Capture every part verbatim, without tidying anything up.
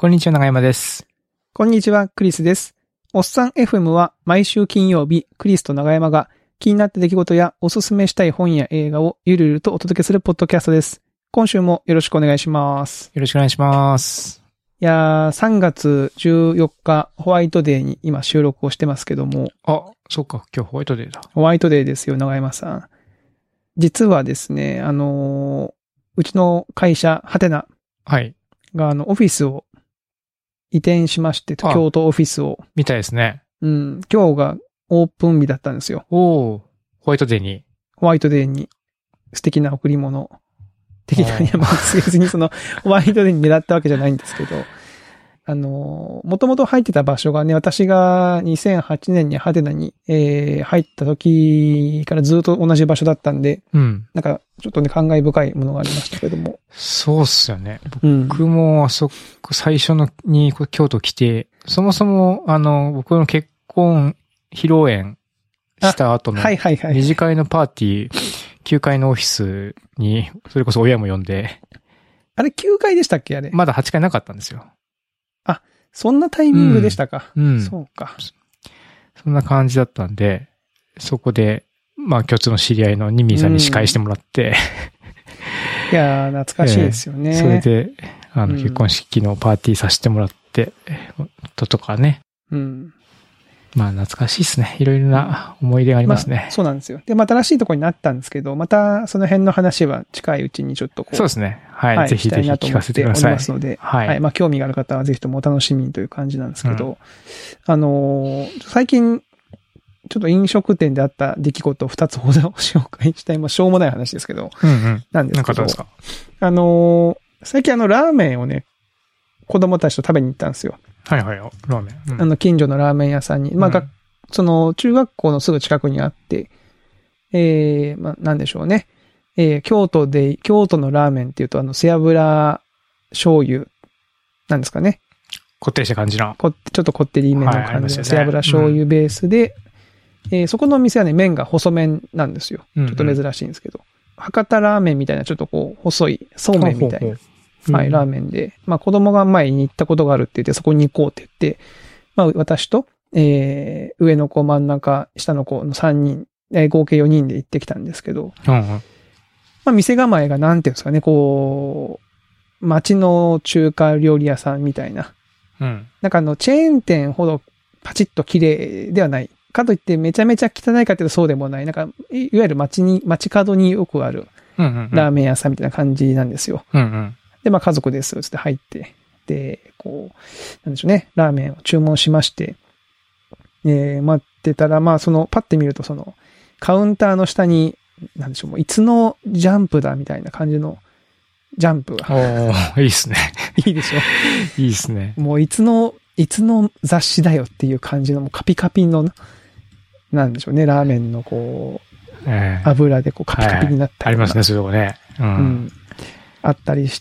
こんにちは、長山です。 こんにちは、クリスです。おっさん エフエム は毎週金曜日、クリスと長山が気になった出来事やおすすめしたい本や映画をゆるゆるとお届けするポッドキャストです。今週もよろしくお願いします。 よろしくお願いします。 いやー、さんがつじゅうよっかホワイトデーに今収録をしてますけども。 あ、そうか、今日ホワイトデーだ。 ホワイトデーですよ、長山さん。実はですね、あのー、うちの会社、ハテナ。 はい。 が、あの、オフィスを移転しまして、京都オフィスを。 みたいですね。 うん。今日がオープン日だったんですよ。 おー、ホワイトデーに。 ホワイトデーに素敵な贈り物。的な、いや、まあ、別にその、ホワイトデーに狙ったわけじゃないんですけど、あの、もともと入ってた場所がね、私がにせんはちねんにハテナに、えー、入った時からずっと同じ場所だったんで、 うん。 なんか、ちょっとね、感慨深いものがありましたけども。 そうっすよね。僕もあそこ、最初のに京都来て、そもそも、あの、僕の結婚披露宴した後の、 はいはいはい。 二次会のパーティー、きゅうかいのオフィスに、それこそ親も呼んで。 あれきゅうかいでしたっけあれ。 まだはちかいなかったんですよ。 あ、そんなタイミングでしたか。 うん。うん、 そうか。 そんな感じだったんで、そこで、まあ共通の知り合いのニミーさんに司会してもらって。 うん、いやー、懐かしいですよね。 えー、それで、あの、結婚式のパーティーさせてもらって、うん、ととかね。 うん。 まあ懐かしいですね。いろいろな思い出がありますね。 まあ、そうなんですよ。で、まあ新しいところになったんですけど、またその辺の話は近いうちにちょっとこう。 そうですね。はい。はい、ぜひぜひ聞かせてください。 おりますので、 はい。 はい。まあ興味がある方はぜひともお楽しみにという感じなんですけど、うん、あのー、最近、ちょっと飲食店であった出来事をふたつほど紹介したい、まあしょうもない話ですけど、 うんうん。 なんですけど、 なんかどうですか？ あのー、最近あのラーメンをね、子供たちと食べに行ったんですよ。 はいはい、ラーメン。 うん、あの近所のラーメン屋さんに、まあ、うんその、中学校のすぐ近くにあって、えー、まあ、なんでしょうね。えー、京都で、京都のラーメンっていうと、あの、背脂醤油、なんですかね。 こってりした感じの。 こちょっとこってりめの感じの、背脂醤油ベースで、うんえー、そこのお店はね、麺が細麺なんですよ。ちょっと珍しいんですけど。うんうん、博多ラーメンみたいな、ちょっとこう、細い、そうめんみたいな。ほうほうほうはい、ラーメンで。まあ、子供が前に行ったことがあるって言って、そこに行こうって言って、まあ、私と、えー、上の子、真ん中、下の子のさんにん、えー、合計よにんで行ってきたんですけど、 うんうん、 まあ、店構えがなんていうんですかね、こう、街の中華料理屋さんみたいな。 うん。 なんかあの、チェーン店ほどパチッと綺麗ではない。かといってめちゃめちゃ汚いかっていうとそうでもない。なんか、いわゆる街に、街角によくあるラーメン屋さんみたいな感じなんですよ。 うんうん、 で、まあ家族です、つって入って、で、こう、なんでしょうね、ラーメンを注文しまして、えー、待ってたら、まあ、その、パッて見ると、その、カウンターの下に、なんでしょう、もういつのジャンプだみたいな感じの、ジャンプが。 おー、いいっすね。 いいでしょ。 いいっすね。 もういつの、いつの雑誌だよっていう感じの、もうカピカピの、なんでしょうね、ラーメンのこう、えー、油でこうカピカピになったり、 はい、ありますね、そういうとこね。うん。うんあったりして、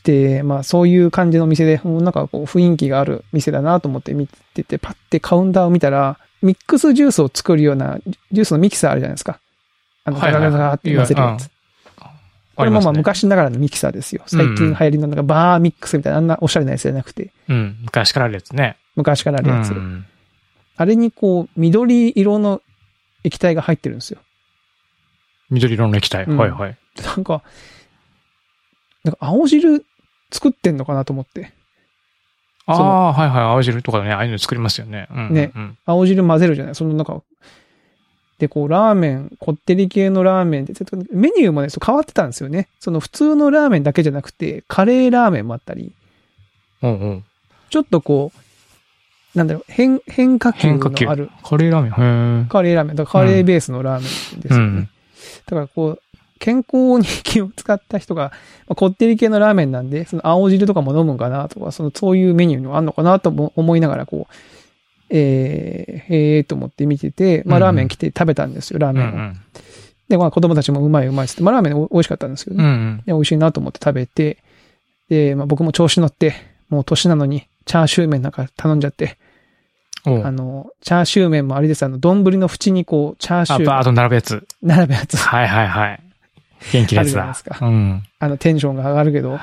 まあそういう感じの店で、なんかこう雰囲気がある店だなと思って見てて、パッてカウンターを見たら、ミックスジュースを作るような、ジュースのミキサーあるじゃないですか。あの、ガラガラガラって混ぜるやつ。これもまあ昔ながらのミキサーですよ。最近流行りのなんかバーミックスみたいな、あんなおしゃれなやつじゃなくて。 うん。昔からあるやつね。 昔からあるやつ。うん、あれにこう、緑色の液体が入ってるんですよ。 緑色の液体、うん、はいはい。 なんか、なんか青汁作ってんのかなと思って。 ああ、はいはい。青汁とかね、ああいうの作りますよね。うんうんうん、 ね。青汁混ぜるじゃない。その中、で、こう、ラーメン、こってり系のラーメンで、メニューもね、そう変わってたんですよね。その普通のラーメンだけじゃなくて、カレーラーメンもあったり。 うんうん。 ちょっとこう、なんだろう、変、変化球のある。 カレーラーメンへカレーラーメン。だからカレーベースのラーメンですよね。うん、だからこう、健康に気を使った人が、まあ、こってり系のラーメンなんで、その青汁とかも飲むんかなとか、その、そういうメニューにもあんのかなと思いながら、こう、えー、へーと思って見てて、まあ、ラーメン来て食べたんですよ、ラーメンを。うんうん、で、まあ、子供たちもうまいうまいっつって、まあ、ラーメン美味しかったんですけどね。うんうん、で美味しいなと思って食べて、で、まあ、僕も調子乗って、もう年なのに、チャーシュー麺なんか頼んじゃって、あの、チャーシュー麺もあれです、あの、丼の縁にこう、チャーシュー。 あ、バーッと並ぶやつ。 並ぶやつ。 はいはいはい。元気なやつだ。 あるじゃないですか。うん。あの、テンションが上がるけど。 はい。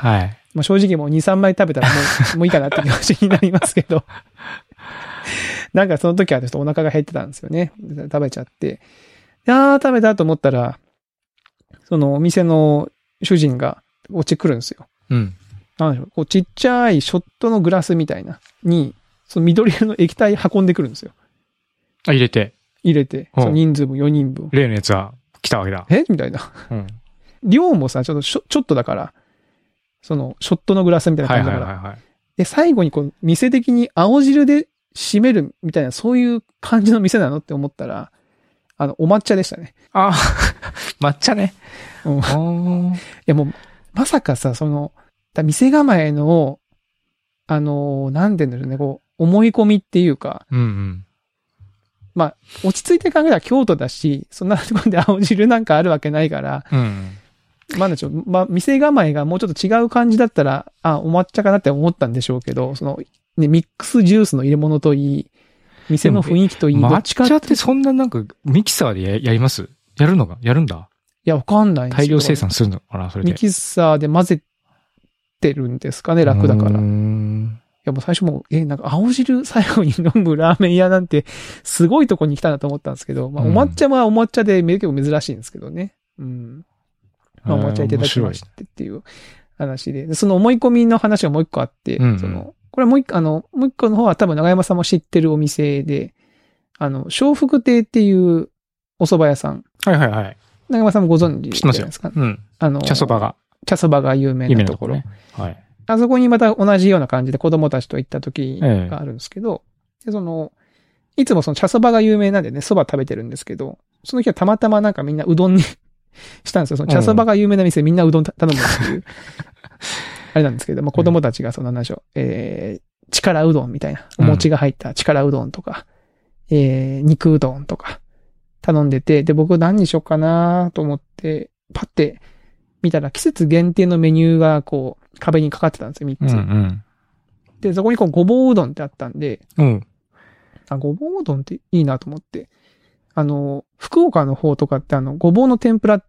まあ正直もうに、さんまい食べたらもう、もういいかなって気持ちになりますけど。なんかその時はちょっとお腹が減ってたんですよね。食べちゃって。いやー食べたと思ったら、そのお店の主人がお家来るんですよ。 うん。 なんでしょう、こうちっちゃいショットのグラスみたいな、に、その緑色の液体運んでくるんですよ。 あ、入れて。 入れて、その人数分よにんぶん。 例のやつは来たわけだ。 えみたいな。うん。量もさ、ちょっとしょ、ちょっとだから、その、ショットのグラスみたいな感じだから。はいはいはいはい。で、最後にこう、店的に青汁で締めるみたいな、そういう感じの店なのって思ったら、あの、お抹茶でしたね。 ああ、抹茶ね。 うん。いやもう、まさかさ、その、店構えの、あの、なんて言うんだろうね、こう、思い込みっていうか、 うんうん。 まあ、落ち着いて考えたら京都だし、そんなところで青汁なんかあるわけないから、 うん。 まあ、ちょ、まあ、店構えがもうちょっと違う感じだったら、あ、お抹茶かなって思ったんでしょうけど、その、ね、ミックスジュースの入れ物といい、店の雰囲気といい、 抹茶ってそんななんか、ミキサーで や, やりますやるのかやるんだいや、わかんないんですよ。 大量生産するのかなそれで。 ミキサーで混ぜてるんですかね、楽だから。いや、もう最初もう、え、なんか青汁最後に飲むラーメン屋なんて、すごいとこに来たなと思ったんですけど、まあ、お抹茶はお抹茶で結構珍しいんですけどね。うん。まあ、お抹茶いただきましてっていう話で、その思い込みの話がもう一個あって、うんうん、その、これもう一個、あの、もう一個の方は多分長山さんも知ってるお店で、あの、笑福亭っていうお蕎麦屋さん。 はいはいはい。 長山さんもご存知じゃないですか。 知ってますよ。うん。あの、茶そばが。 茶そばが有名なところ。 有名なところね。はい。 あそこにまた同じような感じで子供たちと行った時があるんですけど、ええ、でその、いつもその茶そばが有名なんでね、蕎麦食べてるんですけど、その日はたまたまなんかみんなうどんにしたんですよ。その茶そばが有名な店、うん、みんなうどん頼むっていう、あれなんですけど、まあ、子供たちがその何でしょう、えー、力うどんみたいな、お餅が入った力うどんとか、うん、えー、肉うどんとか頼んでて、で、僕何にしようかなと思って、パッて見たら季節限定のメニューがこう、壁にかかってたんですよ、みっつ。うんうん、で、そこにこう、ごぼううどんってあったんで、うん、あ、ごぼううどんっていいなと思って、あの、福岡の方とかってあの、ごぼうの天ぷらって、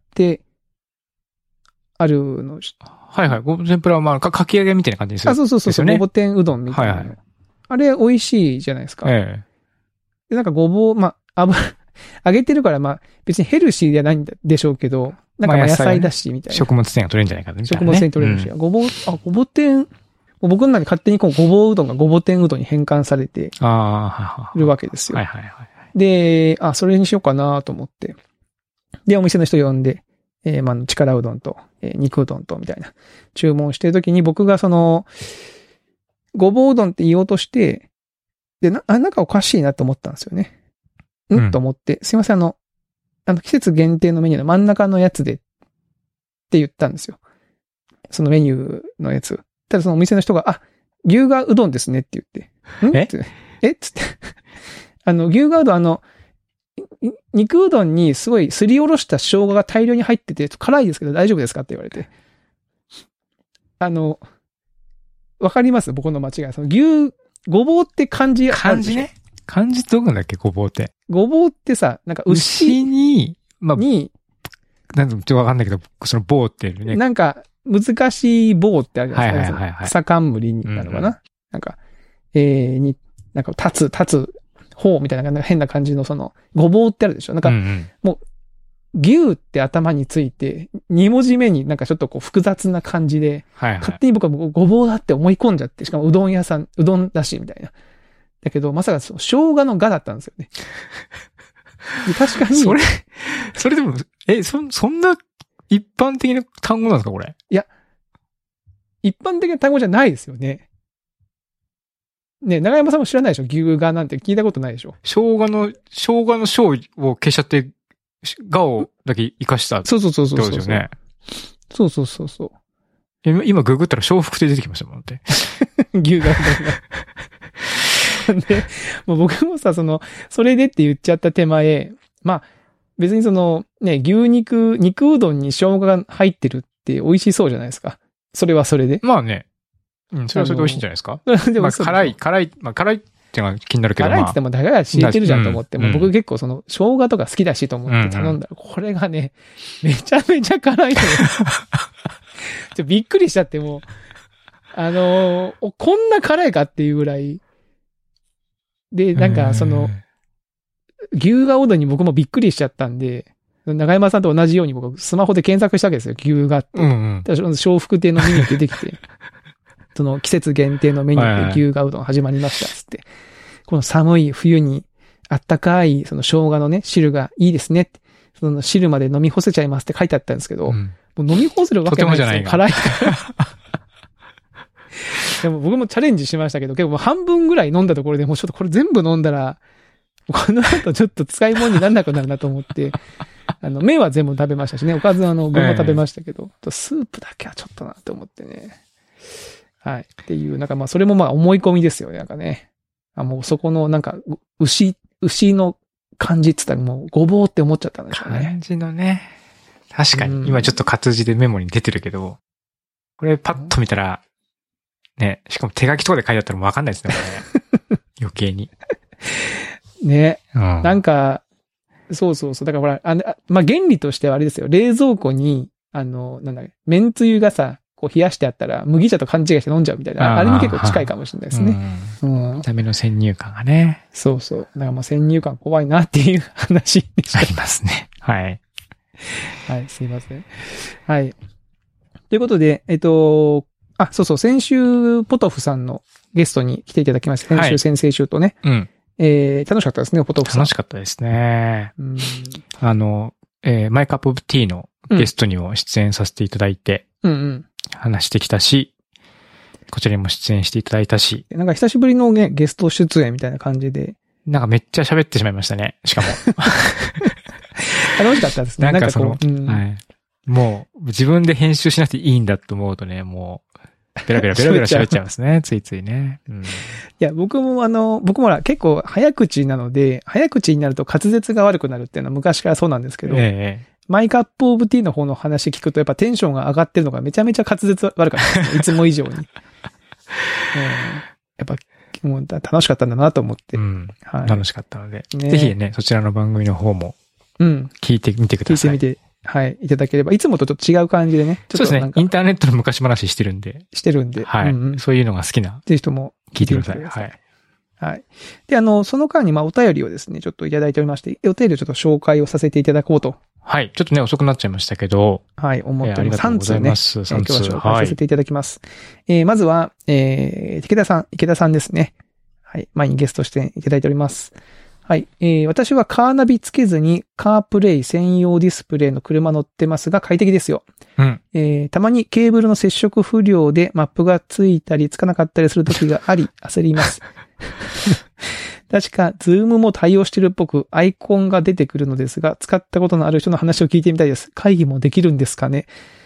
あるの。 はいはい。ごぼう天ぷらはまあ、か、かき揚げみたいな感じですよね。 あ、そうそうそうそう、ね、ごぼう天うどんみたいな。はいはい。あれ、美味しいじゃないですか。ええ。で、なんかごぼう、まあ、油、揚げてるからまあ、別にヘルシーではないんでしょうけど、なんかまあ野菜だし、みたいな、まあね。 食物繊維が取れるんじゃないかみたいな、ね。 食物繊維取れるし、うん、ごぼう、あ、ごぼう天、僕の中で勝手にこうごぼううどんがごぼう天うどんに変換されてるわけですよ。 はいはいはい。 で、あ、それにしようかなと思って。で、お店の人呼んで、えー、まあ、力うどんと、えー、肉うどんと、みたいな、注文してるときに僕がその、ごぼううどんって言おうとして、で、な、なんかおかしいなと思ったんですよね。ん、うん、と思って、すいません、あの、あの、季節限定のメニューの真ん中のやつで、って言ったんですよ。そのメニューのやつ。ただそのお店の人が、あ、牛がうどんですねって言って。んえってえっつって。あの、牛がうどん、あの、肉うどんにすごいすりおろした生姜が大量に入ってて、辛いですけど大丈夫ですかって言われて。あの、わかります僕の間違い。その牛、ごぼうって漢字あるでしょ。 漢字ね。漢字どこなんだっけごぼうって。 ごぼうってさ、なんか牛。 牛に、まあ、 に、 なんとちょっとわかんないけど、その棒ってね。 なんか、難しい棒ってあるじゃないですか。 はいはいはい、はい。 草冠になるのかな、うんうん、なんか、えー、に、なんか、立つ、立つ、方みたいな変な感じのその、ごぼうってあるでしょなんか、うんうん、もう、牛って頭について、に文字目になんかちょっとこう複雑な感じで、はいはい、勝手に僕はごぼうだって思い込んじゃって、しかもうどん屋さん、うどんだし、みたいな。だけど、まさかその生姜のがだったんですよね。確かに。 それ、それでも、え、そ、そんな一般的な単語なんですかこれ。 いや、一般的な単語じゃないですよね。ね、長山さんも知らないでしょ牛がなんて聞いたことないでしょ生姜の、生姜の生を消しちゃって、がをだけ生かしたってことですよね。 そうそうそうそう。そうそうそうそう。 今、今ググったら笑福亭出てきましたもんって。 牛がみたいな。で、もう僕もさ、その、それでって言っちゃった手前、まあ、別にその、ね、牛肉、肉うどんに生姜が入ってるって美味しそうじゃないですか。それはそれで。 まあね。うん、それはそれで美味しいんじゃないですか。でもまあ、辛い、辛い、まあ、辛いっていうのが気になるけど、 辛いって言っても、だから知れてるじゃんと思って、 うん、 もう僕結構その、生姜とか好きだしと思って頼んだら、うんうん、これがね、めちゃめちゃ辛いのよ。ちょびっくりしちゃってもう、 あのー、こんな辛いかっていうぐらい。で、なんか、その、牛がおどに僕もびっくりしちゃったんで、長山さんと同じように僕、スマホで検索したわけですよ、牛がって。うんうん、笑福亭のメニュー出てきて、その季節限定のメニューで牛がうどん始まりましたっつって。この寒い冬にあったかい、その生姜のね、汁がいいですねって。その汁まで飲み干せちゃいますって書いてあったんですけど、うん、もう飲み干せるわけないですよ。辛いから。でも僕もチャレンジしましたけど、結構もう半分ぐらい飲んだところでもうちょっとこれ全部飲んだら、この後ちょっと使い物にならなくなるなと思って、あの、麺は全部食べましたしね、おかずはあの、分も食べましたけど、えー、スープだけはちょっとなと思ってね。はい。っていう、なんかまあ、それもまあ思い込みですよね、なんかね。あ、もうそこのなんか、牛、牛の感じって言ったらもうごぼうって思っちゃったんでしょうね。 感じのね。確かに、うん、今ちょっと活字でメモに出てるけど、これパッと見たら、ね、しかも手書きとかで書いてあったらもうわかんないですね、これね。余計に。 ね、うん。なんか、そうそうそう。だからほら、あの、まあ、原理としてはあれですよ。冷蔵庫に、あの、なんだっけ、麺つゆがさ、こう冷やしてあったら、麦茶と勘違いして飲んじゃうみたいな。あ, あれに結構近いかもしれないですね。うん。 見た目の先入観がね。 そうそう。だからまあ先入観怖いなっていう話でした。 ありますね。はい。 はい、すいません。はい。ということで、えっと、あ、そうそう、先週、ポトフさんのゲストに来ていただきました。先週、はい、先々週とね。うん。えー、楽しかったですね、ポトフさん。 楽しかったですね。うん。あの、えー、マイカップオブティーのゲストにも出演させていただいて、うん、うんうん話してきたし、こちらにも出演していただいたし。 なんか久しぶりのね、ゲスト出演みたいな感じで。 なんかめっちゃ喋ってしまいましたね、しかも。 楽しかったですね。 なんかその、うんはい、もう自分で編集しなくていいんだと思うとね、もう、ベラベラベラベラ喋っちゃいますね、ついついね。うん、いや、僕もあの、僕もら結構早口なので、早口になると滑舌が悪くなるっていうのは昔からそうなんですけど、ええマイカップオブティーの方の話聞くとやっぱテンションが上がってるのがめちゃめちゃ滑舌悪かったですね。いつも以上に。うん、やっぱもう楽しかったんだなと思って。うんはい、楽しかったので、ね。ぜひね、そちらの番組の方も聞いてみてください。 聞いてみて、はい、いただければ。いつもとちょっと違う感じでね。 ちょっとそうですね。インターネットの昔話してるんで。 してるんで。 はい。うんうん、そういうのが好きな。 ぜひ人も聞いてください。はい。 はい。で、あの、その間に、まあ、お便りをですね、ちょっといただいておりまして、お便りをちょっと紹介をさせていただこうと。 はい。ちょっとね、遅くなっちゃいましたけど。 はい、思っております。さんつうね。さんつう。 今日は紹介させていただきます。はい、えー、まずは、えー、池田さん、池田さんですね。はい。前にゲストしていただいております。はい。えー、私はカーナビつけずにカープレイ専用ディスプレイの車乗ってますが快適ですよ。うん。えー、たまにケーブルの接触不良でマップがついたりつかなかったりする時があり、焦ります。確か、ズームも対応してるっぽく、アイコンが出てくるのですが、使ったことのある人の話を聞いてみたいです。会議もできるんですかね。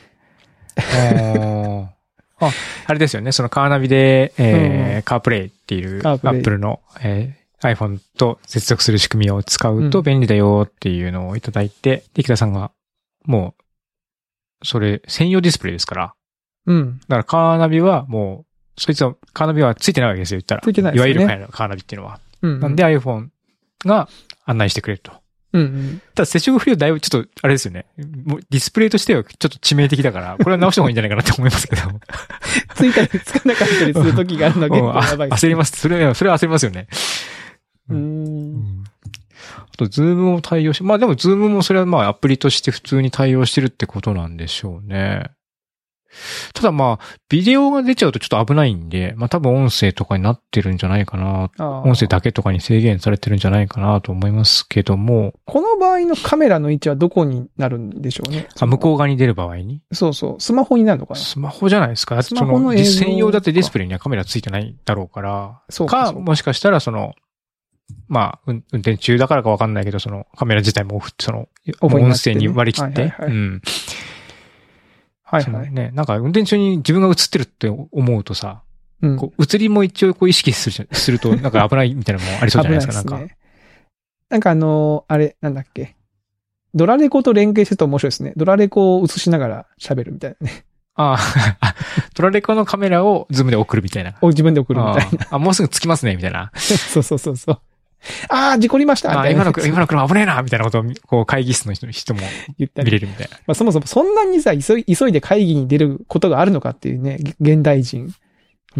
ああれですよね。そのカーナビで、えーうん、カープレイっていう、アップルの、えー、iPhone と接続する仕組みを使うと便利だよっていうのをいただいて、うん、池田さんが、もう、それ、専用ディスプレイですから。うん。だからカーナビはもう、そいつは、カーナビはついてないわけですよ、言ったら。 ついてないですね。 いわゆるカーナビっていうのは。うんうん、なんで iPhone が案内してくれると。うんうん、ただ接触不良だいぶちょっと、あれですよね。もうディスプレイとしてはちょっと致命的だから、これは直した方がいいんじゃないかなって思いますけど。 ついたりつかなかったりする時があるのが結構やばい、 焦ります。それは、それは焦りますよね。うん。うんあと、ズームも対応し、まあでもズームもそれはまあアプリとして普通に対応してるってことなんでしょうね。ただまあ、ビデオが出ちゃうとちょっと危ないんで、まあ多分音声とかになってるんじゃないかな。音声だけとかに制限されてるんじゃないかなと思いますけども。 この場合のカメラの位置はどこになるんでしょうね。 あ、向こう側に出る場合にそうそう。スマホになるのかなスマホじゃないですか。スマホの映像専用だってディスプレイにはカメラついてないだろうから。そうか。か、もしかしたらその、まあ、運転中だからかわかんないけど、そのカメラ自体もオフ、その、音声に割り切って。うん。はいはい。ね、なんか運転中に自分が映ってるって思うとさ、うん、こう映りも一応こう意識するするとなんか危ないみたいなのもありそうじゃないですか、なんか。 なんかあのー、あれ、なんだっけ。ドラレコと連携すると面白いですね。ドラレコを映しながら喋るみたいなね。 ああ、ドラレコのカメラをズームで送るみたいな。 を自分で送るみたいな。 ああ、もうすぐ着きますね、みたいな。 そうそうそうそう。ああ、事故りましたみたいな。 今の、今の車危ねえなみたいなことを、こう、会議室の人人も言ったり見れるみたいな。 まあ、そもそもそんなにさ、急い、急いで会議に出ることがあるのかっていうね、現代人。 うん。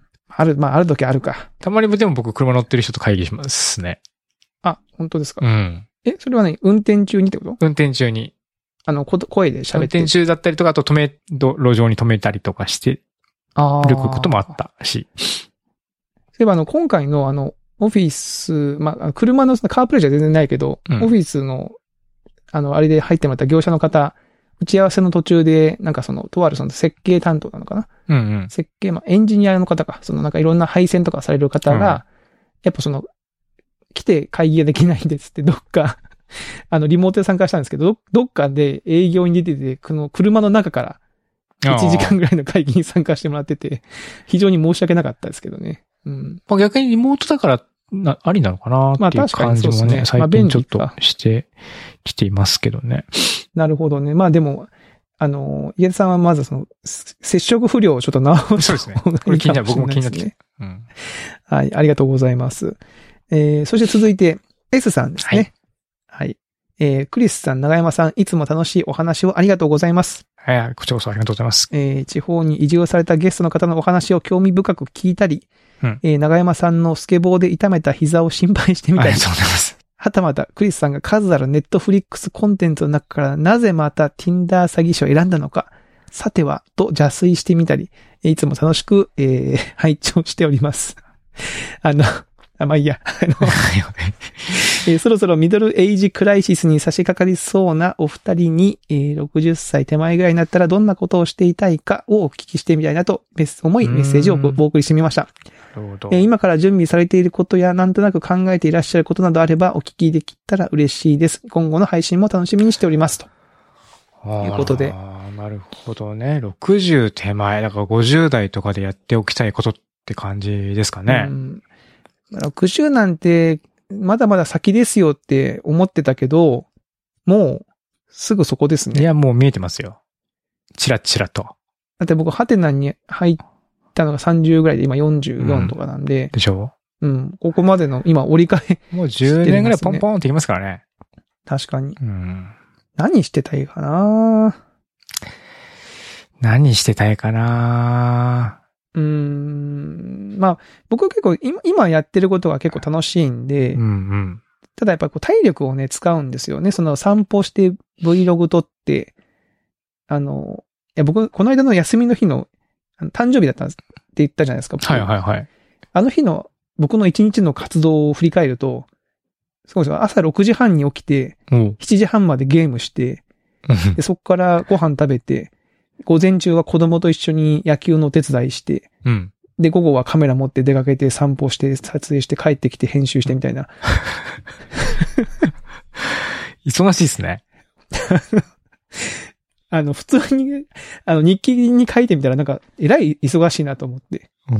ある、まあ、ある時あるか。 たまにでも僕車乗ってる人と会議しますね。 あ、本当ですか？ うん。 え、それはね、運転中にってこと？ 運転中に。 あの、こ声で喋って。 運転中だったりとか、あと止め、路上に止めたりとかしてることもあったし。 そういえばあの、今回のあの、オフィス、まあ、車のカープレイじゃ全然ないけど、うん、オフィスの、あの、あれで入ってもらった業者の方、打ち合わせの途中で、なんかその、とあるその設計担当なのかな、 うんうん、 設計、まあ、エンジニアの方か、そのなんかいろんな配線とかされる方が、うん、やっぱその、来て会議ができないんですって、どっか、あの、リモートで参加したんですけど、ど、どっかで営業に出てて、この車の中からいちじかんぐらいの会議に参加してもらってて、非常に申し訳なかったですけどね。うん。 まあ、逆にリモートだからな、ありなのかなっていう感じもね、ね最近ちょっとしてきていますけどね。 なるほどね。まあでも、あの、家田さんはまずその、接触不良をちょっと直す。 そうですね。これ気になる。僕も気になってきて。うん。 はい、ありがとうございます。えー、そして続いて、S さんですね。はい。はい。えー、クリスさん、長山さん、いつも楽しいお話をありがとうございます。 はい、こちらこそありがとうございます。 えー、地方に移住されたゲストの方のお話を興味深く聞いたり、うん、えー、長山さんのスケボーで痛めた膝を心配してみたり、 ありがとうございます。 はたまた、クリスさんが数あるネットフリックスコンテンツの中からなぜまた Tinder 詐欺師を選んだのか、さては、と邪推してみたり、いつも楽しく、えー、拝聴しております。あの、あ、まあいいや。あのえー、そろそろミドルエイジクライシスに差し掛かりそうなお二人に、えー、ろくじゅっさい手前ぐらいになったらどんなことをしていたいかをお聞きしてみたいなと思いメッセージをお送りしてみました。 なるほど。 えー、今から準備されていることやなんとなく考えていらっしゃることなどあればお聞きできたら嬉しいです。今後の配信も楽しみにしております。ということで。 ああ、なるほどね。ろくじゅう手前、だからごじゅう代とかでやっておきたいことって感じですかね。 うんろくじゅうなんて、まだまだ先ですよって思ってたけど、もう、すぐそこですね。 いや、もう見えてますよ。チラチラと。 だって僕、ハテナに入ったのがさんじゅうぐらいで、今よんじゅうよんとかなんで。うん、 でしょうん。ここまでの、今、折り返え、 ね。もうじゅうねんぐらいポンポンっていきますからね。 確かに。 うん。 何してたいかな何してたいかなうーんまあ、僕は結構今、今やってることが結構楽しいんで、 うんうん、 ただやっぱりこう体力をね、使うんですよね。その散歩して Vlog 撮って、あの、いや僕、この間の休みの日の、あの誕生日だったんですって言ったじゃないですか。 はいはいはい。 あの日の僕の一日の活動を振り返ると、そうですよ。朝ろくじはんに起きて、しちじはんまでゲームして、でそこからご飯食べて、午前中は子供と一緒に野球のお手伝いして、 うん、 で、午後はカメラ持って出かけて散歩して撮影して帰ってきて編集してみたいな。 忙しいですね。 あの、普通に、あの、日記に書いてみたらなんか、えらい忙しいなと思って。うん、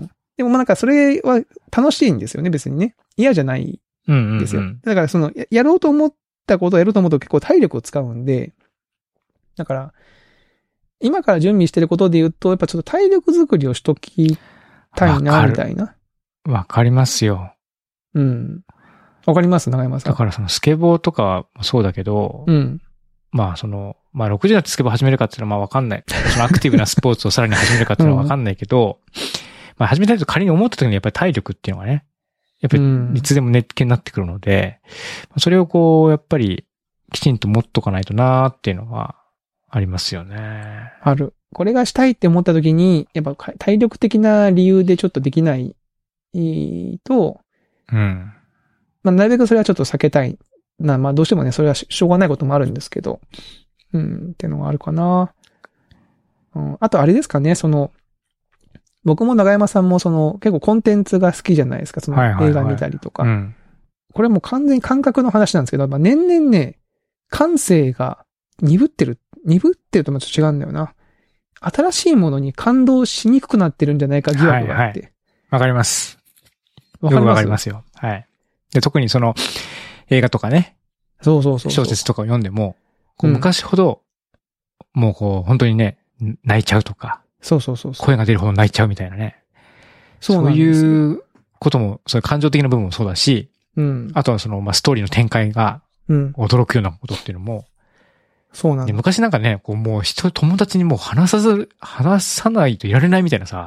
でもまあなんかそれは楽しいんですよね、別にね。嫌じゃないんですよ。 うんうんうん、 だからその、やろうと思ったことをやろうと思うと結構体力を使うんで、だから、今から準備してることで言うと、やっぱちょっと体力作りをしときたいな、みたいな。 わかりますよ。 うん。わかります長山さん。 だからそのスケボーとかもそうだけど、 うん。 まあその、まあろくじゅうだってスケボー始めるかっていうのはまあわかんない。そのアクティブなスポーツをさらに始めるかっていうのはわかんないけど、うん、まあ始めたいと仮に思った時にやっぱり体力っていうのがね、やっぱりいつでも熱気になってくるので、うん、それをこう、やっぱりきちんと持っとかないとなーっていうのは、ありますよね。 ある。これがしたいって思った時に、やっぱ体力的な理由でちょっとできないと、 うん。 まあ、なるべくそれはちょっと避けたいな。まあ、どうしてもね、それはしょうがないこともあるんですけど、うん、っていうのがあるかな。うん、あとあれですかね、その、僕も長山さんもその、結構コンテンツが好きじゃないですか、その映画見たりとか。 はいはいはいうん、 これはもう完全に感覚の話なんですけど、まあ、年々ね、感性が鈍ってる。鈍ってるとまたちょっと違うんだよな。新しいものに感動しにくくなってるんじゃないか疑惑があって。わ、 はい、かります。 わかります。 わかりますよ。はい。で、特にその、映画とかね。 そうそうそうそう。 小説とかを読んでも、こう昔ほど、うん、もうこう、本当にね、泣いちゃうとか。 そうそうそうそう。 声が出るほど泣いちゃうみたいなね。そうなんです。そういうことも、そういう感情的な部分もそうだし、 うん。 あとはその、まあ、ストーリーの展開が、驚くようなことっていうのも、 そうなんだ。 昔なんかね、こうもう人、友達にもう話さず、話さないといられないみたいなさ、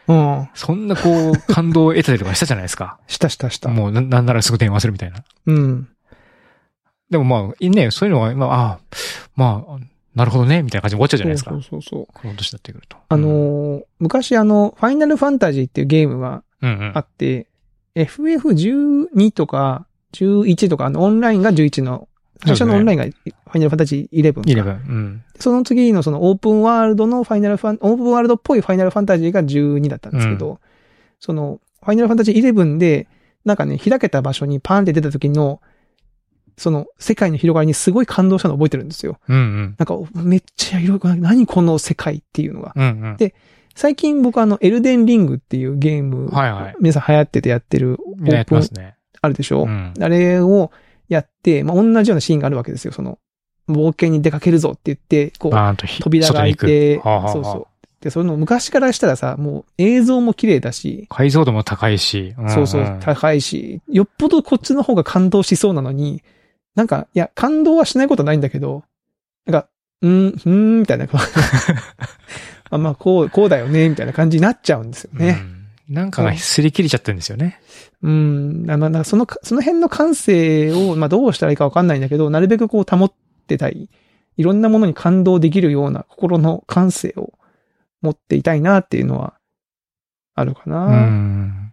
うん。 そんなこう、感動を得たりとかしたじゃないですか。 したしたした。 もうな、なんならすぐ電話するみたいな。 うん。 でもまあ、ね、そういうのは、まあ、あまあ、なるほどね、みたいな感じで終わっちゃうじゃないですか。 そうそうそうそう。 この年になってくると。 あのーうん、昔あの、ファイナルファンタジーっていうゲームがあって、うんうん、エフエフじゅうに とかじゅういちとか、あの、オンラインがじゅういちの、最初のオンラインがファイナルファンタジーじゅういちか。 じゅういち、うん。 その次のそのオープンワールドのファイナルファン、オープンワールドっぽいファイナルファンタジーがじゅうにだったんですけど、うん、その、ファイナルファンタジーじゅういちで、なんかね、開けた場所にパーンって出た時の、その世界の広がりにすごい感動したのを覚えてるんですよ。 うんうん、 なんかめっちゃ色々、何この世界っていうのが。 うんうん、 で、最近僕あのエルデンリングっていうゲーム、 はいはい、 皆さん流行っててやってるオープン、 ね、 あるでしょ、 うん、 あれをやって、まあ、同じようなシーンがあるわけですよ。その、冒険に出かけるぞって言って、こう、扉が開いて、 はあはあ、 そうそう。で、その昔からしたらさ、もう映像も綺麗だし。 解像度も高いし。 うんうん、そうそう、高いし。よっぽどこっちの方が感動しそうなのに、なんか、いや、感動はしないことないんだけど、なんか、うーん、うーん、みたいな。あまあ、こう、こうだよね、みたいな感じになっちゃうんですよね。 うん、なんかが擦り切れちゃってるんですよね。 うん。まあ、その、その辺の感性を、まあ、どうしたらいいかわかんないんだけど、なるべくこう保ってたい。いろんなものに感動できるような心の感性を持っていたいなっていうのは、あるかな。 うん。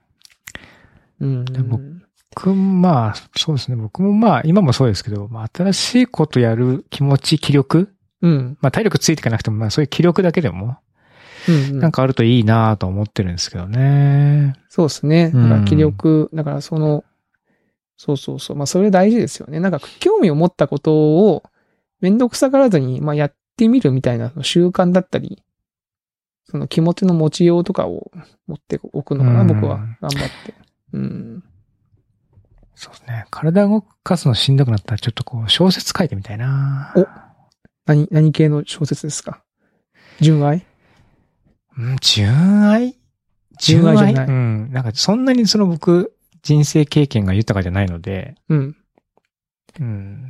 うん。 僕、まあ、そうですね。僕もまあ、今もそうですけど、まあ、新しいことやる気持ち、気力、 うん。 まあ、体力ついていかなくても、まあ、そういう気力だけでも、 うんうん、 なんかあるといいなと思ってるんですけどね。 そうですね。だから気力、うん、だからその、そうそうそう。まあ、それ大事ですよね。なんか、興味を持ったことを、めんどくさがらずに、まあ、やってみるみたいな習慣だったり、その気持ちの持ちようとかを持っておくのかな、僕は。頑張って。うん。 そうですね。体動かすのしんどくなったら、ちょっとこう、小説書いてみたいな。 お何、何系の小説ですか？純愛？ うん、純愛？ 純愛じゃない。 うん。なんか、そんなにその僕、人生経験が豊かじゃないので。 うん。 うん。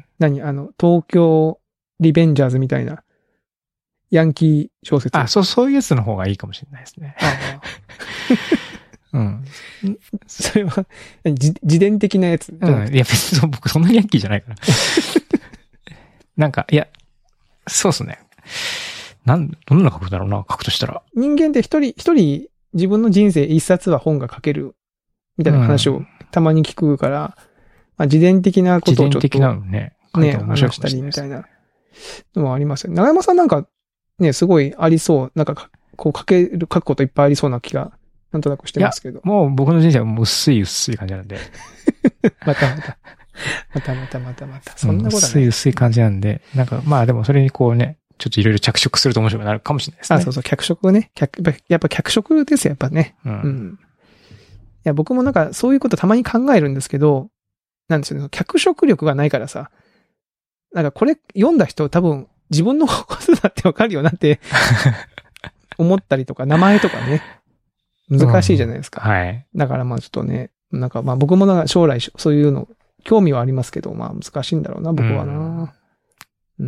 何あの、東京リベンジャーズみたいな、ヤンキー小説。 あ、そう、そういうやつの方がいいかもしれないですね。ああうん。 それは、自伝的なやつ。 うん。いや、別に僕そんなにヤンキーじゃないから。なんか、いや、そうっすね。なん、どんな書くだろうな、書くとしたら。 人間って一人、一人自分の人生一冊は本が書ける、みたいな話をたまに聞くから、うん、まあ、自伝的なことをちょっと。 自伝的なのね。 ね、話したりみたいなのもありますよね。長山さんなんか、ね、すごいありそう、なんか、こう書ける、書くこといっぱいありそうな気が、なんとなくしてますけど。 もう僕の人生はもう薄い薄い感じなんで。 またまた。またまたまたまた。そんなことない、 うん。薄い薄い感じなんで、なんかまあでもそれにこうね、ちょっといろいろ着色すると面白くなるかもしれないですね。 あ、そうそう、脚色ね。脚やっぱ脚色ですよ、やっぱね。 うん。 うん。いや、僕もなんかそういうことたまに考えるんですけど、なんですよね。脚色力がないからさ、なんかこれ読んだ人多分自分のことだってわかるよなって思ったりとか、名前とかね、難しいじゃないですか。 うん、はい。だからまあちょっとね、なんかまあ僕もなんか将来そういうの興味はありますけど、まあ難しいんだろうな、僕はな。うん。うん、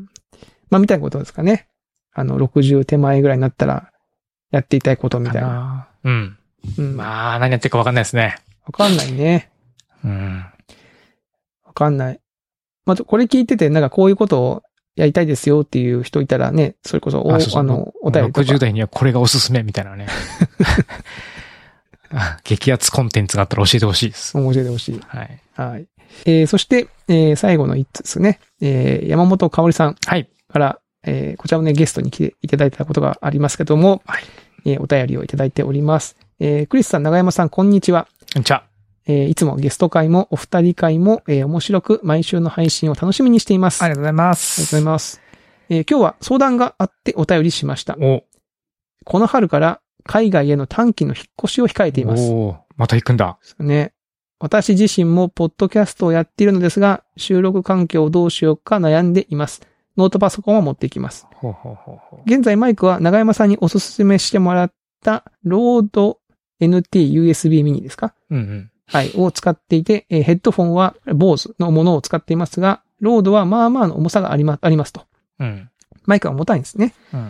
まあみたいなことですかね。あの、ろくじゅう手前ぐらいになったらやっていたいことみたいな。 うん。うん。まあ何やってるかわかんないですね。 わかんないね。 うん。 わかんない。まあ、これ聞いてて、なんかこういうことをやりたいですよっていう人いたらね、それこそ、お、あ, そうそうあの、お便りとか。 ろくじゅう代にはこれがおすすめみたいなね。激アツコンテンツがあったら教えてほしいです。 教えてほしい。 はい。 はい。えー、そして、えー、最後の一つですね。えー、山本香織さん。 はい。 から、えー、こちらもね、ゲストに来ていただいたことがありますけども、 はい。 えー、お便りをいただいております。えー、クリスさん、長山さん、こんにちは。 こんにちは。 えー、いつもゲスト会もお二人会も、えー、面白く毎週の配信を楽しみにしています。 ありがとうございます。 ありがとうございます。えー、今日は相談があってお便りしました。 おこの春から海外への短期の引っ越しを控えています。 おまた行くんだ。 ね。私自身もポッドキャストをやっているのですが、収録環境をどうしようか悩んでいます。ノートパソコンを持っていきます。 ほうほうほうほう。 現在マイクは長山さんにおすすめしてもらったロード エヌティー ユーエスビー ミニですか？ うんうん。 はい、を使っていて、ヘッドフォンは ボーズ のものを使っていますが、ロードはまあまあの重さがありま、ありますと。 うん。 マイクは重たいんですね。 うん。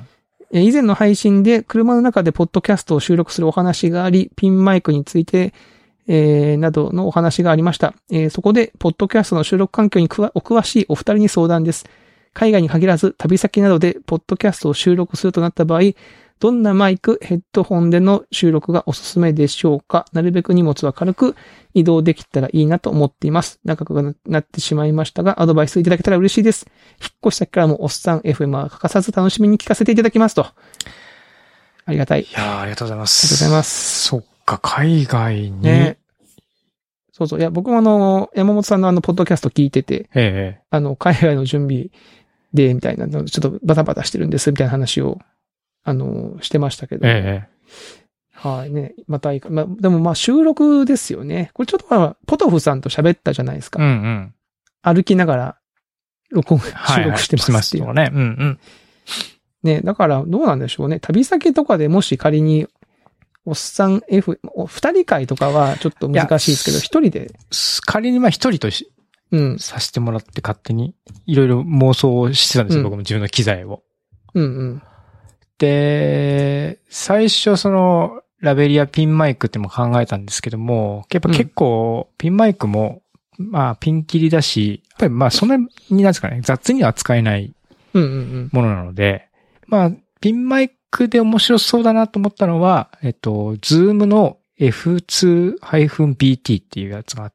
以前の配信で車の中でポッドキャストを収録するお話があり、ピンマイクについて、えー、などのお話がありました。えー、そこで、ポッドキャストの収録環境にくわお詳しいお二人に相談です。海外に限らず、旅先などでポッドキャストを収録するとなった場合、どんなマイク、ヘッドホンでの収録がおすすめでしょうか？なるべく荷物は軽く移動できたらいいなと思っています。長くなってしまいましたが、アドバイスいただけたら嬉しいです。引っ越し先からもおっさん エフエム は欠かさず楽しみに聞かせていただきますと。ありがたい。 いやー、ありがとうございます。 ありがとうございます。 そっか、海外に。 ね。そうそう。いや、僕もあの、山本さんのあの、ポッドキャスト聞いてて、 ええ、 あの、海外の準備で、みたいな、ちょっとバタバタしてるんです、みたいな話を、あの、してましたけど。 ええ。 はいね。またいいか。まあ、でもまあ収録ですよね。これちょっとまあ、ポトフさんと喋ったじゃないですか。 うんうん。 歩きながら、録音、収録してますっていう。 はいはい、してますとね。うんうん。 ね、だからどうなんでしょうね。旅先とかでもし仮に、おっさん F、二人会とかはちょっと難しいですけど、一人で。 仮にまあ一人とし、うん。させてもらって勝手に、いろいろ妄想をしてたんですよ、うん、僕も自分の機材を。 うんうん。 で、最初その、ラベリアピンマイクっても考えたんですけども、やっぱ結構、ピンマイクも、まあピン切りだし、やっぱりまあそんなになんですかね、雑には扱えないものなので、うんうんうん、まあピンマイクで面白そうだなと思ったのは、えっと、ズームの エフツービーティー っていうやつがあって、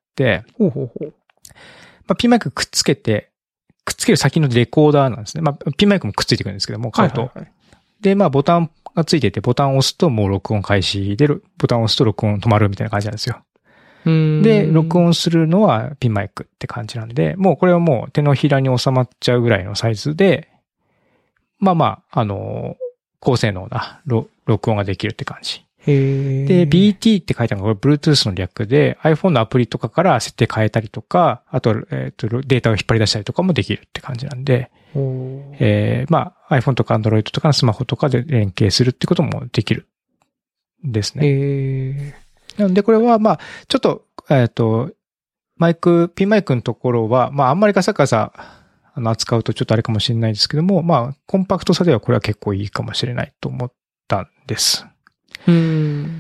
ほうほうほう。 まあピンマイクくっつけて、くっつける先のレコーダーなんですね。まあピンマイクもくっついてくるんですけども、買うと。はいはいはい、で、まあボタンがついてて、ボタンを押すともう録音開始で、ボタンを押すと録音止まるみたいな感じなんですよ。で、録音するのはピンマイクって感じなんで、もうこれはもう手のひらに収まっちゃうぐらいのサイズで、まあまあ、あの、高性能な録音ができるって感じ。 へで、ビーティー って書いてあるのが Bluetooth の略で iPhone のアプリとかから設定変えたりとか、あと、えっと、データを引っ張り出したりとかもできるって感じなんで、えー、まあ iPhone とか Android とかのスマホとかで連携するってこともできるんですね。 へなのでこれはまあ、ちょっと、えっと、マイク、ピンマイクのところは、まああんまりガサガサあの扱うとちょっとあれかもしれないですけども、まあコンパクトさではこれは結構いいかもしれないと思ったんです。 うん。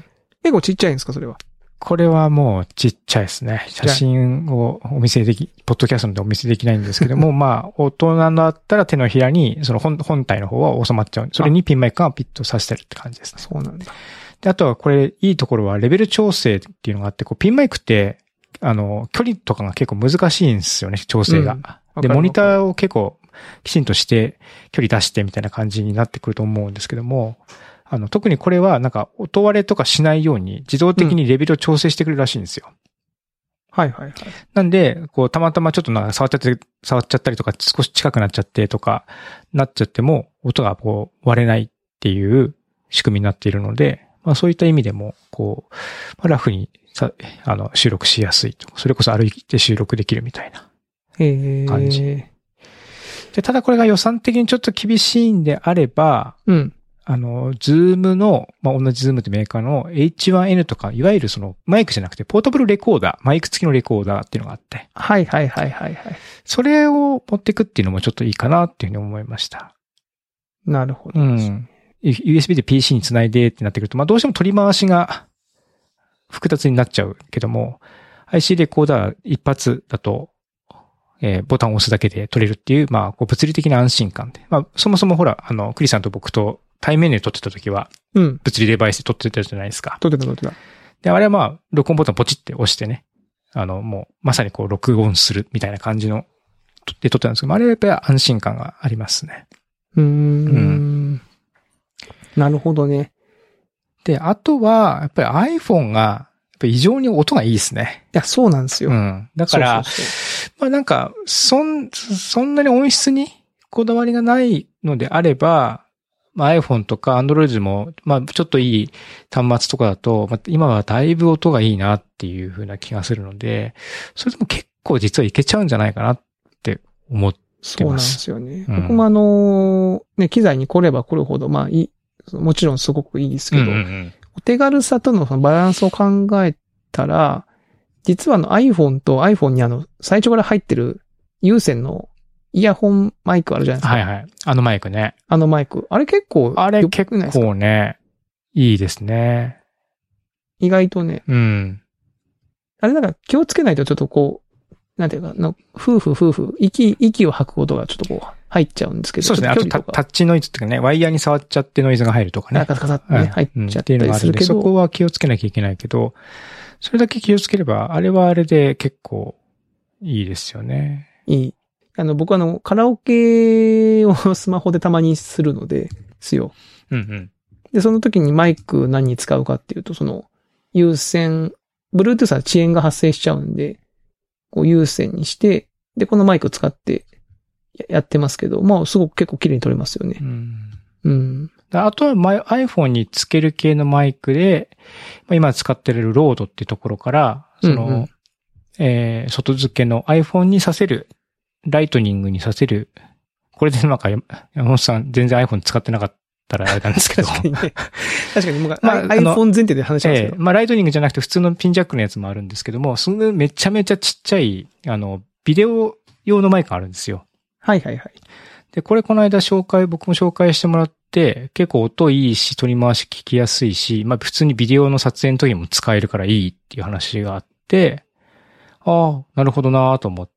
結構ちっちゃいんですか、それは。 これはもうちっちゃいですね。写真をお見せでき、ポッドキャストでお見せできないんですけども、まあ、大人だったら手のひらに、その本、本体の方は収まっちゃう。それにピンマイクがピッとさせてるって感じですね。 そうなんだ。 で、あとはこれ、いいところはレベル調整っていうのがあって、こう、ピンマイクって、あの、距離とかが結構難しいんですよね、調整が。うん、で、モニターを結構きちんとして距離出してみたいな感じになってくると思うんですけども、あの、特にこれはなんか音割れとかしないように自動的にレベルを調整してくれるらしいんですよ。うん、 はいはいはい。 なんで、こう、たまたまちょっとなんか触っちゃって、触っちゃったりとか少し近くなっちゃってとかなっちゃっても音がこう割れないっていう仕組みになっているので、まあそういった意味でも、こう、まあ、ラフにさ、あの、収録しやすいと。それこそ歩いて収録できるみたいな感じ。 へで、ただこれが予算的にちょっと厳しいんであれば、 うん。 あの、ズームの、まあ、同じズームってメーカーの エイチワンエヌ とか、いわゆるそのマイクじゃなくてポータブルレコーダー、マイク付きのレコーダーっていうのがあって。 はいはいはいはいはい。 それを持っていくっていうのもちょっといいかなっていうふうに思いました。 なるほど。 うん。ユーエスビー で ピーシー につないでってなってくると、まあ、どうしても取り回しが複雑になっちゃうけども、アイシー レコーダー一発だと、えー、ボタンを押すだけで撮れるっていう、まあ、こう物理的な安心感で。まあ、そもそもほら、あの、クリさんと僕と対面で撮ってた時は、 うん。 物理デバイスで撮ってたじゃないですか。 撮ってた撮ってた。 で、あれはまあ、録音ボタンポチって押してね、あの、もう、まさにこう、録音するみたいな感じの、で撮ってたんですけど、あれはやっぱり安心感がありますね。 うーん。うんなるほどね。 で、あとは、やっぱり iPhone が、やっぱり異常に音がいいですね。 いや、そうなんですよ。 うん。だから、そうそうそうまあなんか、そん、そんなに音質にこだわりがないのであれば、まあ、iPhone とか Android も、まあちょっといい端末とかだと、まあ、今はだいぶ音がいいなっていう風な気がするので、それでも結構実はいけちゃうんじゃないかなって思ってます。 そうなんですよね。うん、僕もあの、ね、機材に来れば来るほど、まあいい、もちろんすごくいいですけど、うんうんうん、お手軽さとのそのバランスを考えたら、実はあの iPhone と iPhone にあの最初から入ってる有線のイヤホンマイクあるじゃないですか。 はいはい。あのマイクね。 あのマイク。あれ結構、 あれ結構ね、いいですね。 意外とね。 うん。 あれなんか気をつけないとちょっとこう、なんていうか、の夫婦夫婦、息、息を吐くことがちょっとこう入っちゃうんですけど。 そうですね。あとタッチノイズっていうかね、ワイヤーに触っちゃってノイズが入るとかね。 カサカサってね、入っちゃったりするけど。 そこは気をつけなきゃいけないけど、それだけ気をつければ、あれはあれで結構いいですよね。 いい。あの、僕はあの、カラオケをスマホでたまにするので、すよ。 うんうん。 で、その時にマイク何に使うかっていうと、その、有線、Bluetooth は遅延が発生しちゃうんで、こう有線にして、で、このマイクを使ってやってますけど、まあ、すごく結構綺麗に撮れますよね。うん。うん。 あとは iPhone につける系のマイクで、今使ってるロードっていうところから、その、うんうん、えー、外付けの iPhone にさせる、ライトニングにさせる、これでなんか、山本さん全然 iPhone 使ってなかったらあれなんですけど。 確かにね。確かに、まあ、iPhone 前提で話しますけど。 えー、まあ、ライトニングじゃなくて普通のピンジャックのやつもあるんですけども、そのめちゃめちゃちっちゃい、あの、ビデオ用のマイクがあるんですよ。 はいはいはい。 で、これこの間紹介、僕も紹介してもらって、結構音いいし、取り回し聞きやすいし、まあ普通にビデオの撮影の時にも使えるからいいっていう話があって、ああ、なるほどなと思って、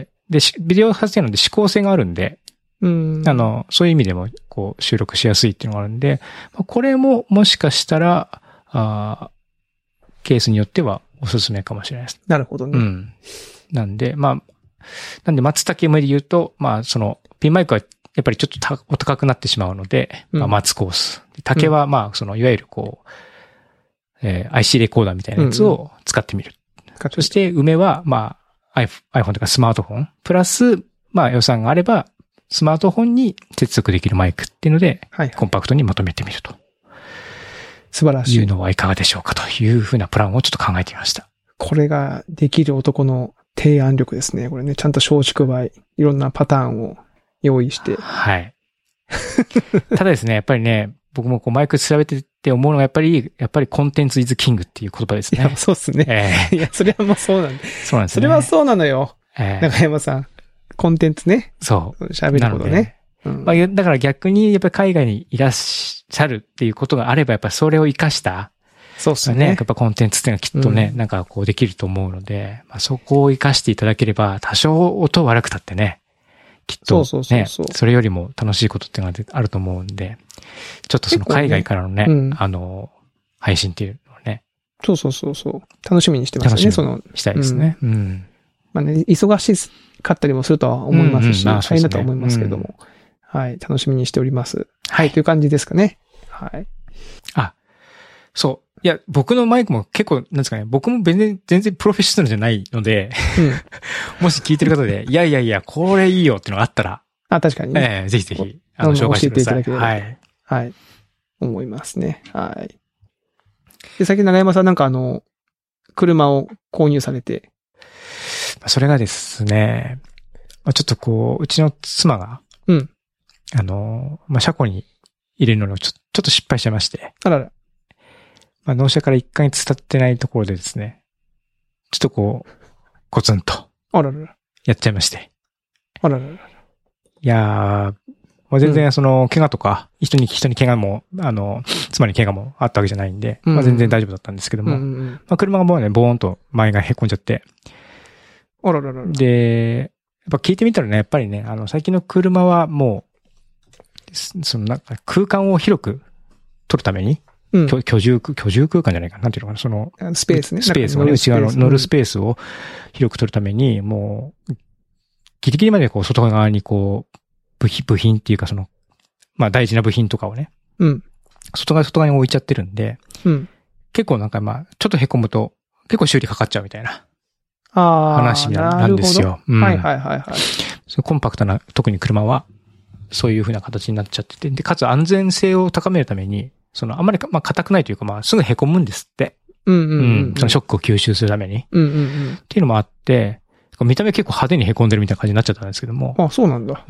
で、ビデオ撮影なんで指向性があるんで、 うん、 あの、そういう意味でもこう収録しやすいっていうのがあるんで、これももしかしたら、あケースによってはおすすめかもしれないです。 なるほどね。 うん。なんで、まあ、なんで松竹梅で言うと、まあその、ピンマイクはやっぱりちょっとお高くなってしまうので、うん、まあ松コース。竹はまあその、いわゆるこう、えー、アイシー レコーダーみたいなやつを使ってみる。うんうん、そして梅はまあ iPhone とかスマートフォン、プラスまあ予算があれば、スマートフォンに接続できるマイクっていうので、はい、コンパクトにまとめてみると。 素晴らしい。 いうのはいかがでしょうかというふうなプランをちょっと考えてみました。 これができる男の提案力ですね。これね、ちゃんと松竹梅、いろんなパターンを用意して。 はい。ただですね、やっぱりね、僕もこうマイク調べてて思うのがやっぱり、やっぱりコンテンツイズキングっていう言葉ですね。 いや、そうっすね。えー、いや、それはもうそうなんで。 そうなんですね。 それはそうなのよ。えー、中山さん。コンテンツね。 そう。 喋ることね。 うん、まあ、だから逆にやっぱり海外にいらっしゃるっていうことがあれば、やっぱりそれを活かした。 そうですね。 やっぱコンテンツっていうのはきっとね、うん、なんかこうできると思うので、まあ、そこを活かしていただければ、多少音悪くたってね、きっとね、そうそうそうそう、それよりも楽しいことっていうのがあると思うんで、ちょっとその海外からのね、ね、うん、あの、配信っていうのをね。 そうそうそうそう。楽しみにしてますね、 楽しみにしたいですね。うん。うん、 まあね、忙しかったりもするとは思いますし、うんうん、まあ、大変だとは思いますけども、うん、はい、楽しみにしております。はい、という感じですかね。はい。 あ、そう。いや、僕のマイクも結構、なんですかね、僕も全然、全然プロフェッショナルじゃないので、うん、もし聞いてる方で、いやいやいや、これいいよっていうのがあったら、 あ、確かにね。 ええー、ぜひぜひ、あの、紹介してください。 教えていただければ。はい。はい。思いますね。はい。で、先長山さんなんかあの、車を購入されて。 それがですね、ちょっとこう、うちの妻が、 うん。 あの、まあ、車庫に入れるのをちょ、ちょっと失敗しちゃいまして。 あらら。 まあ、納車からいっかげつ経ってないところでですね、ちょっとこう、コツンと。 あららら。 やっちゃいまして。 あららら。 いやー、もう全然その、怪我とか、うん、人に、人に怪我も、あの、妻に怪我もあったわけじゃないんで、うん、まあ全然大丈夫だったんですけども、うんうん、まあ車がもうね、ボーンと前が凹んじゃって。 あらららら。 で、やっぱ聞いてみたらね、やっぱりね、あの、最近の車はもう、そのなんか空間を広く取るために、うん、居, 居住、居住空間じゃないかな、なんていうのかな、その、 スペースね。 スペースをね、内側の乗るスペースを広く取るために、もう、ギリギリまでこう、外側にこう、部品、部品っていうかその、まあ大事な部品とかをね、 うん。 外側、外側に置いちゃってるんで、 うん。 結構なんかまあ、ちょっと凹むと、結構修理かかっちゃうみたいな。 ああ。 話なんですよ。 うん、はいはいはいはい。 そのコンパクトな、特に車は、そういう風な形になっちゃってて、で、かつ安全性を高めるために、その、あんまり、まあ、硬くないというか、まあ、すぐ凹むんですって。 うんうんうん、うん。 そのショックを吸収するために。 うんうんうん。 っていうのもあって、見た目結構派手に凹んでるみたいな感じになっちゃったんですけども。 あ、そうなんだ。 うん。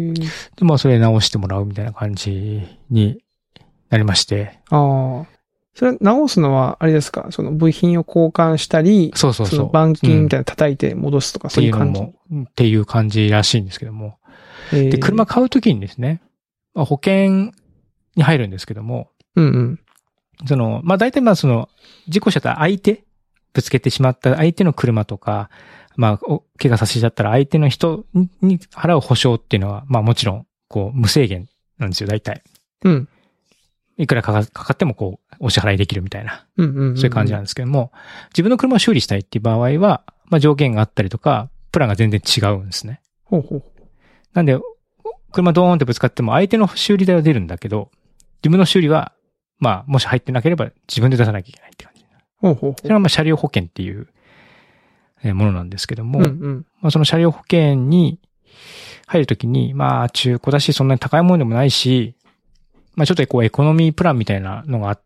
で、まあ、それ直してもらうみたいな感じになりまして。 ああ。 それ直すのは、あれですか、その部品を交換したり、 そうそうそう。 その板金みたいな叩いて戻すとか、うん、そういう感じ。 っていうのも、っていう感じらしいんですけども。で、車買うときにですね、まあ、保険に入るんですけども、 うんうん。 その、まあ、大体まあその、事故しちゃった相手、ぶつけてしまった相手の車とか、まあ、怪我させちゃったら相手の人に払う保証っていうのは、まあもちろん、こう、無制限なんですよ、大体。 うん。 いくらかか、かかってもこう、お支払いできるみたいな。 うんうんうんうん。 そういう感じなんですけども、自分の車を修理したいっていう場合は、まあ条件があったりとか、プランが全然違うんですね。 ほうほう。 なんで、車ドーンってぶつかっても相手の修理代は出るんだけど、自分の修理は、まあ、もし入ってなければ自分で出さなきゃいけないって感じ。 ほうほうほう。 それがまあ車両保険っていうものなんですけども、 うんうん、 まあその車両保険に入るときに、まあ中古だしそんなに高いものでもないし、まあちょっとこうエコノミープランみたいなのがあって、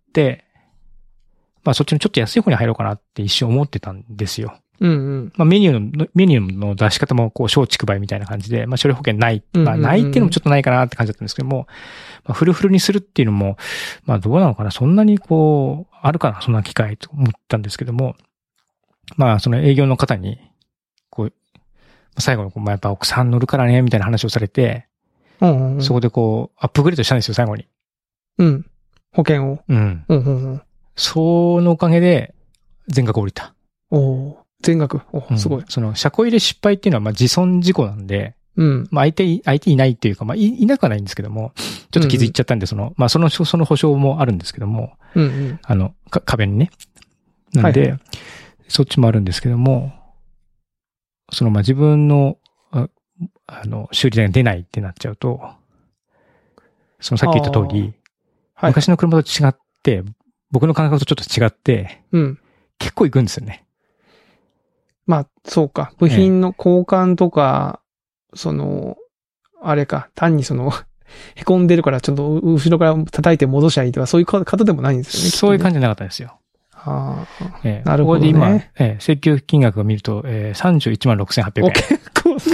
まあそっちのちょっと安い方に入ろうかなって一瞬思ってたんですよ。 うんうん。 まあメニューの、メニューの出し方もこう小畜梅みたいな感じで、まあ車両保険ない、まあないっていうのもちょっとないかなって感じだったんですけども、まあ、フルフルにするっていうのも、まあどうなのかな、そんなにこう、あるかな、そんな機会と思ったんですけども、まあその営業の方に、こう、最後にこう、まあやっぱ奥さん乗るからね、みたいな話をされて、 うんうんうん、 そこでこう、アップグレードしたんですよ、最後に。 うん。保険を。 うん。 うんうんうん。 そのおかげで、全額降りた。 お全額。おすごい、うん。 その、車庫入れ失敗っていうのは、まあ自損事故なんで、 うん。 まあ相手、相手いないっていうか、まあい、いなくはないんですけども、ちょっと傷いっちゃったんで、その、まあその、その保証もあるんですけども、 うんうん。 あの、か壁にね。なんで、はいはい、そっちもあるんですけども、その、まあ自分の、あ, あの、修理代が出ないってなっちゃうと、そのさっき言った通り、はい、昔の車と違って、僕の感覚とちょっと違って、 うん。 結構行くんですよね。 まあ、そうか。部品の交換とか、ええ、その、あれか、単にその、凹んでるからちょっと後ろから叩いて戻しゃいいとか、そういう方でもないんですよね。 そういう感じじゃなかったですよ。 ああ、 ええ、 なるほどね。 ここで今、ええ、請求金額を見ると、えー、さんじゅういちまんろくせんはっぴゃくえん。 結構する。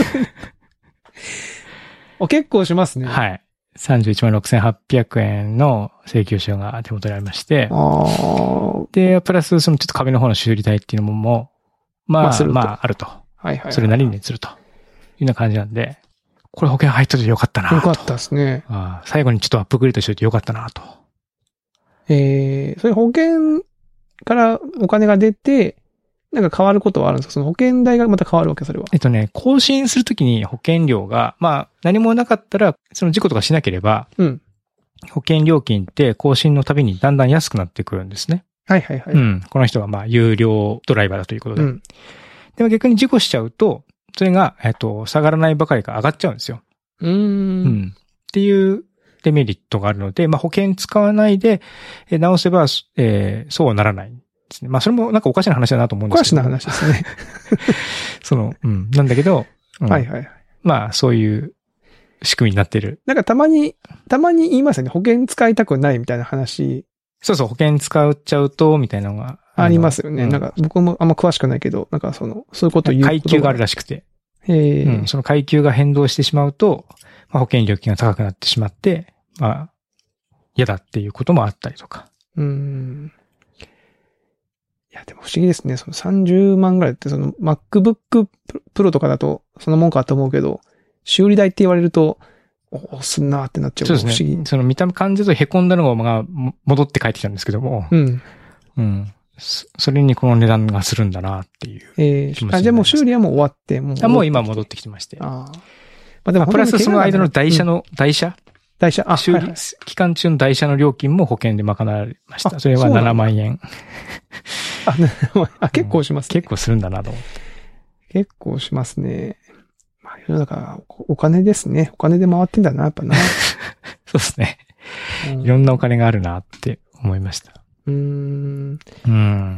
お、結構しますね。 はい。さんじゅういちまんろくせんはっぴゃくえんの請求書が手元にありまして。 あで、プラスそのちょっと壁の方の修理代っていうのももう、まあ、まあ、まあ、あると。 はいはい、はい。 それなりにすると。いうような感じなんで、これ保険入っといてよかったなと。 よかったですね。 あ最後にちょっとアップグレードしといてよかったなと。 えー、それ保険からお金が出て、なんか変わることはあるんですか？その保険代がまた変わるわけ、それは。 えっとね、更新するときに保険料が、まあ、何もなかったら、その事故とかしなければ、 うん。 保険料金って更新のたびにだんだん安くなってくるんですね。 はいはいはい。 うん。この人はまあ、有料ドライバーだということで。 うん。 でも逆に事故しちゃうと、それが、えっと、下がらないばかりか上がっちゃうんですよ。 うーん。 うん。っていうデメリットがあるので、まあ、保険使わないで、え直せば、えー、そうはならない。ですね。まあ、それもなんかおかしな話だなと思うんですけど。 おかしな話ですね。 その、うん。なんだけど、うん、 はいはいはい。 まあ、そういう仕組みになってる。 なんかたまに、たまに言いますよね。保険使いたくないみたいな話。 そうそう、保険使っちゃうと、みたいなのが。 ありますよね。うん、なんか僕もあんま詳しくないけど、なんかその、そういうこと言うことが。 階級があるらしくて。 へうん。その階級が変動してしまうと、まあ、保険料金が高くなってしまって、まあ、嫌だっていうこともあったりとか。 うーん。いや、でも不思議ですね。そのさんじゅうまんぐらいって、その MacBook Pro とかだと、そのもんかと思うけど、修理代って言われると、お、すんなーってなっちゃう。 そうですね。不思議。その見た感じだと凹んだのが、まあ、戻って帰ってきたんですけども。 うん。 うん。それにこの値段がするんだなっていう。 ええー、あ、じゃあもう修理はもう終わって、もう。 あ、もう今戻ってきてまして。 ああ。まあでも、 プラスその間の台車の、うん、台車台車あ、 修理、はいはい、期間中の台車の料金も保険で賄われました。それはななまんえん。 あ、あ、結構しますね、 うん。結構するんだなと思って。 結構しますね。まあ、世の中、お金ですね。お金で回ってんだな、やっぱな。 そうですね、うん。いろんなお金があるなって思いました。 うーん。 うん。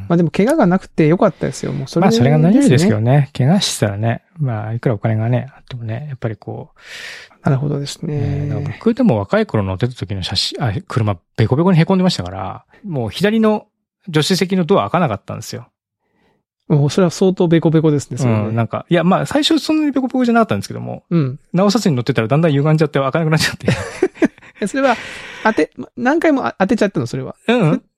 まあでも怪我がなくてよかったですよ。もうそれで、ね。 まあそれが何よりですけどね。怪我したらね、まあいくらお金がね、あってもね、やっぱりこう。 なるほどですね。 えー、僕でも若い頃乗ってた時の写真、あ、車ベコベコに凹んでましたから、もう左の助手席のドア開かなかったんですよ。 もうそれは相当ベコベコですね、それね。 うん、なんか、いやまあ最初そんなにベコベコじゃなかったんですけども、 うん。 直さずに乗ってたらだんだん歪んじゃって開かなくなっちゃって。 それは、当て、何回も当てちゃったの、それは。 うん。い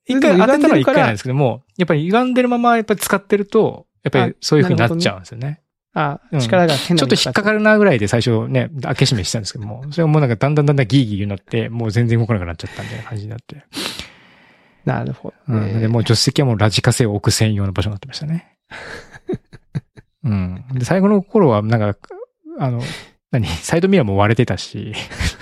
一回当てたのは一回なんですけども、やっぱり歪んでるままやっぱり使ってると、やっぱりそういう風になっちゃうんですよね。 ああ、力が変な、 うん。ちょっと引っかかるなぐらいで最初ね、開け閉めしてたんですけども、それがもうなんかだんだんだんだんギーギーになって、もう全然動かなくなっちゃったみたいな感じになって。 なるほど、ね。 うん。で、もう助手席はもうラジカセを置く専用の場所になってましたね。うん。で、最後の頃はなんか、あの、何サイドミラーも割れてたし、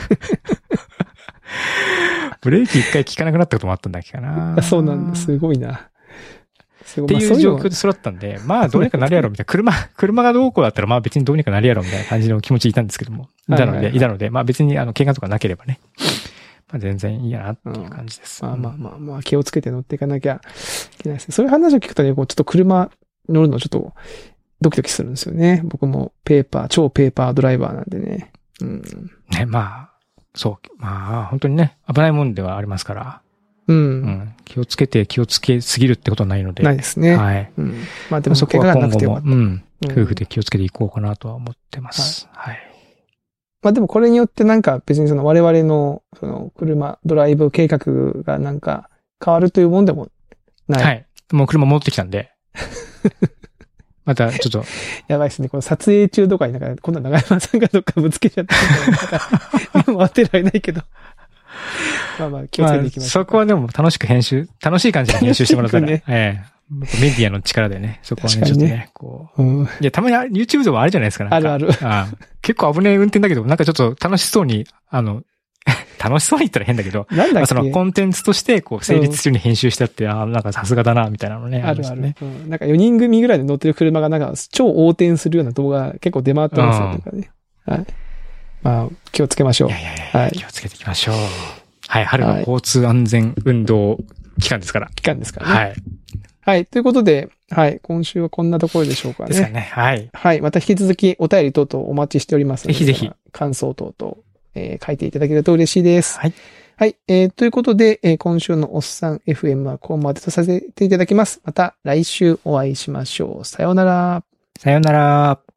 ブレーキ一回効かなくなったこともあったんだっけかな。 そうなんだ。すごいな。 すごいっていう状況で育ったんで、まあどうにかなるやろみたいな。車、車がどうこうだったらまあ別にどうにかなるやろみたいな感じの気持ちでいたんですけども。いたので、いたので、まあ別にあの、怪我とかなければね。まあ全然いいやなっていう感じです。 うん、まあまあまあまあ、気をつけて乗っていかなきゃいけないですね。そういう話を聞くとね、こうちょっと車乗るのちょっとドキドキするんですよね。僕もペーパー、超ペーパードライバーなんでね。うん。 ね、まあ、そう、まあ本当にね、危ないもんではありますから。 うん。うん 。気をつけて気をつけすぎるってことはないので。 ないですね。 はい。 うん。まあでもそこは今後も、 うん。夫婦で気をつけていこうかなとは思ってます。はい。はい、 まあでもこれによってなんか別にその我々のその車、ドライブ計画がなんか変わるというもんでもない。 はい。もう車戻ってきたんで。またちょっと。 やばいですね。この撮影中とかになんか、今度は長山さんがどっかぶつけちゃったみたいな。目も当てられないけど。まあまあ気をつけていきましょう、 まあ。そこはでも楽しく編集、楽しい感じで編集してもらったら。ね、ええ。メディアの力でね、そこはね、ねちょっとね、こう。うん、いや、たまに YouTube でもあるじゃないですか。なんかあるある。 ああ結構危ねえ運転だけど、なんかちょっと楽しそうに、あの、楽しそうに言ったら変だけど、 なんだっけ、 まあ、そのコンテンツとして、こう、成立中に編集したって、うん、ああ、なんかさすがだな、みたいなのね。 あるある。ね、うん。なんかよにん組ぐらいで乗ってる車がなんか超横転するような動画結構出回ってますよ、とかね。はい。まあ、気をつけましょう。 いやいやいや、はい、気をつけていきましょう。はい、春の交通安全運動期間ですから。 期間ですからね。 はい。 はい。ということで、はい。今週はこんなところでしょうかね。 ですかね。はい。 はい。また引き続きお便り等々お待ちしておりますので。 ぜひぜひ。 感想等々、えー、書いていただけると嬉しいです。 はい。 はい。えー、ということで、えー、今週のおっさん エフエム はここまでとさせていただきます。また来週お会いしましょう。さようなら。 さようなら。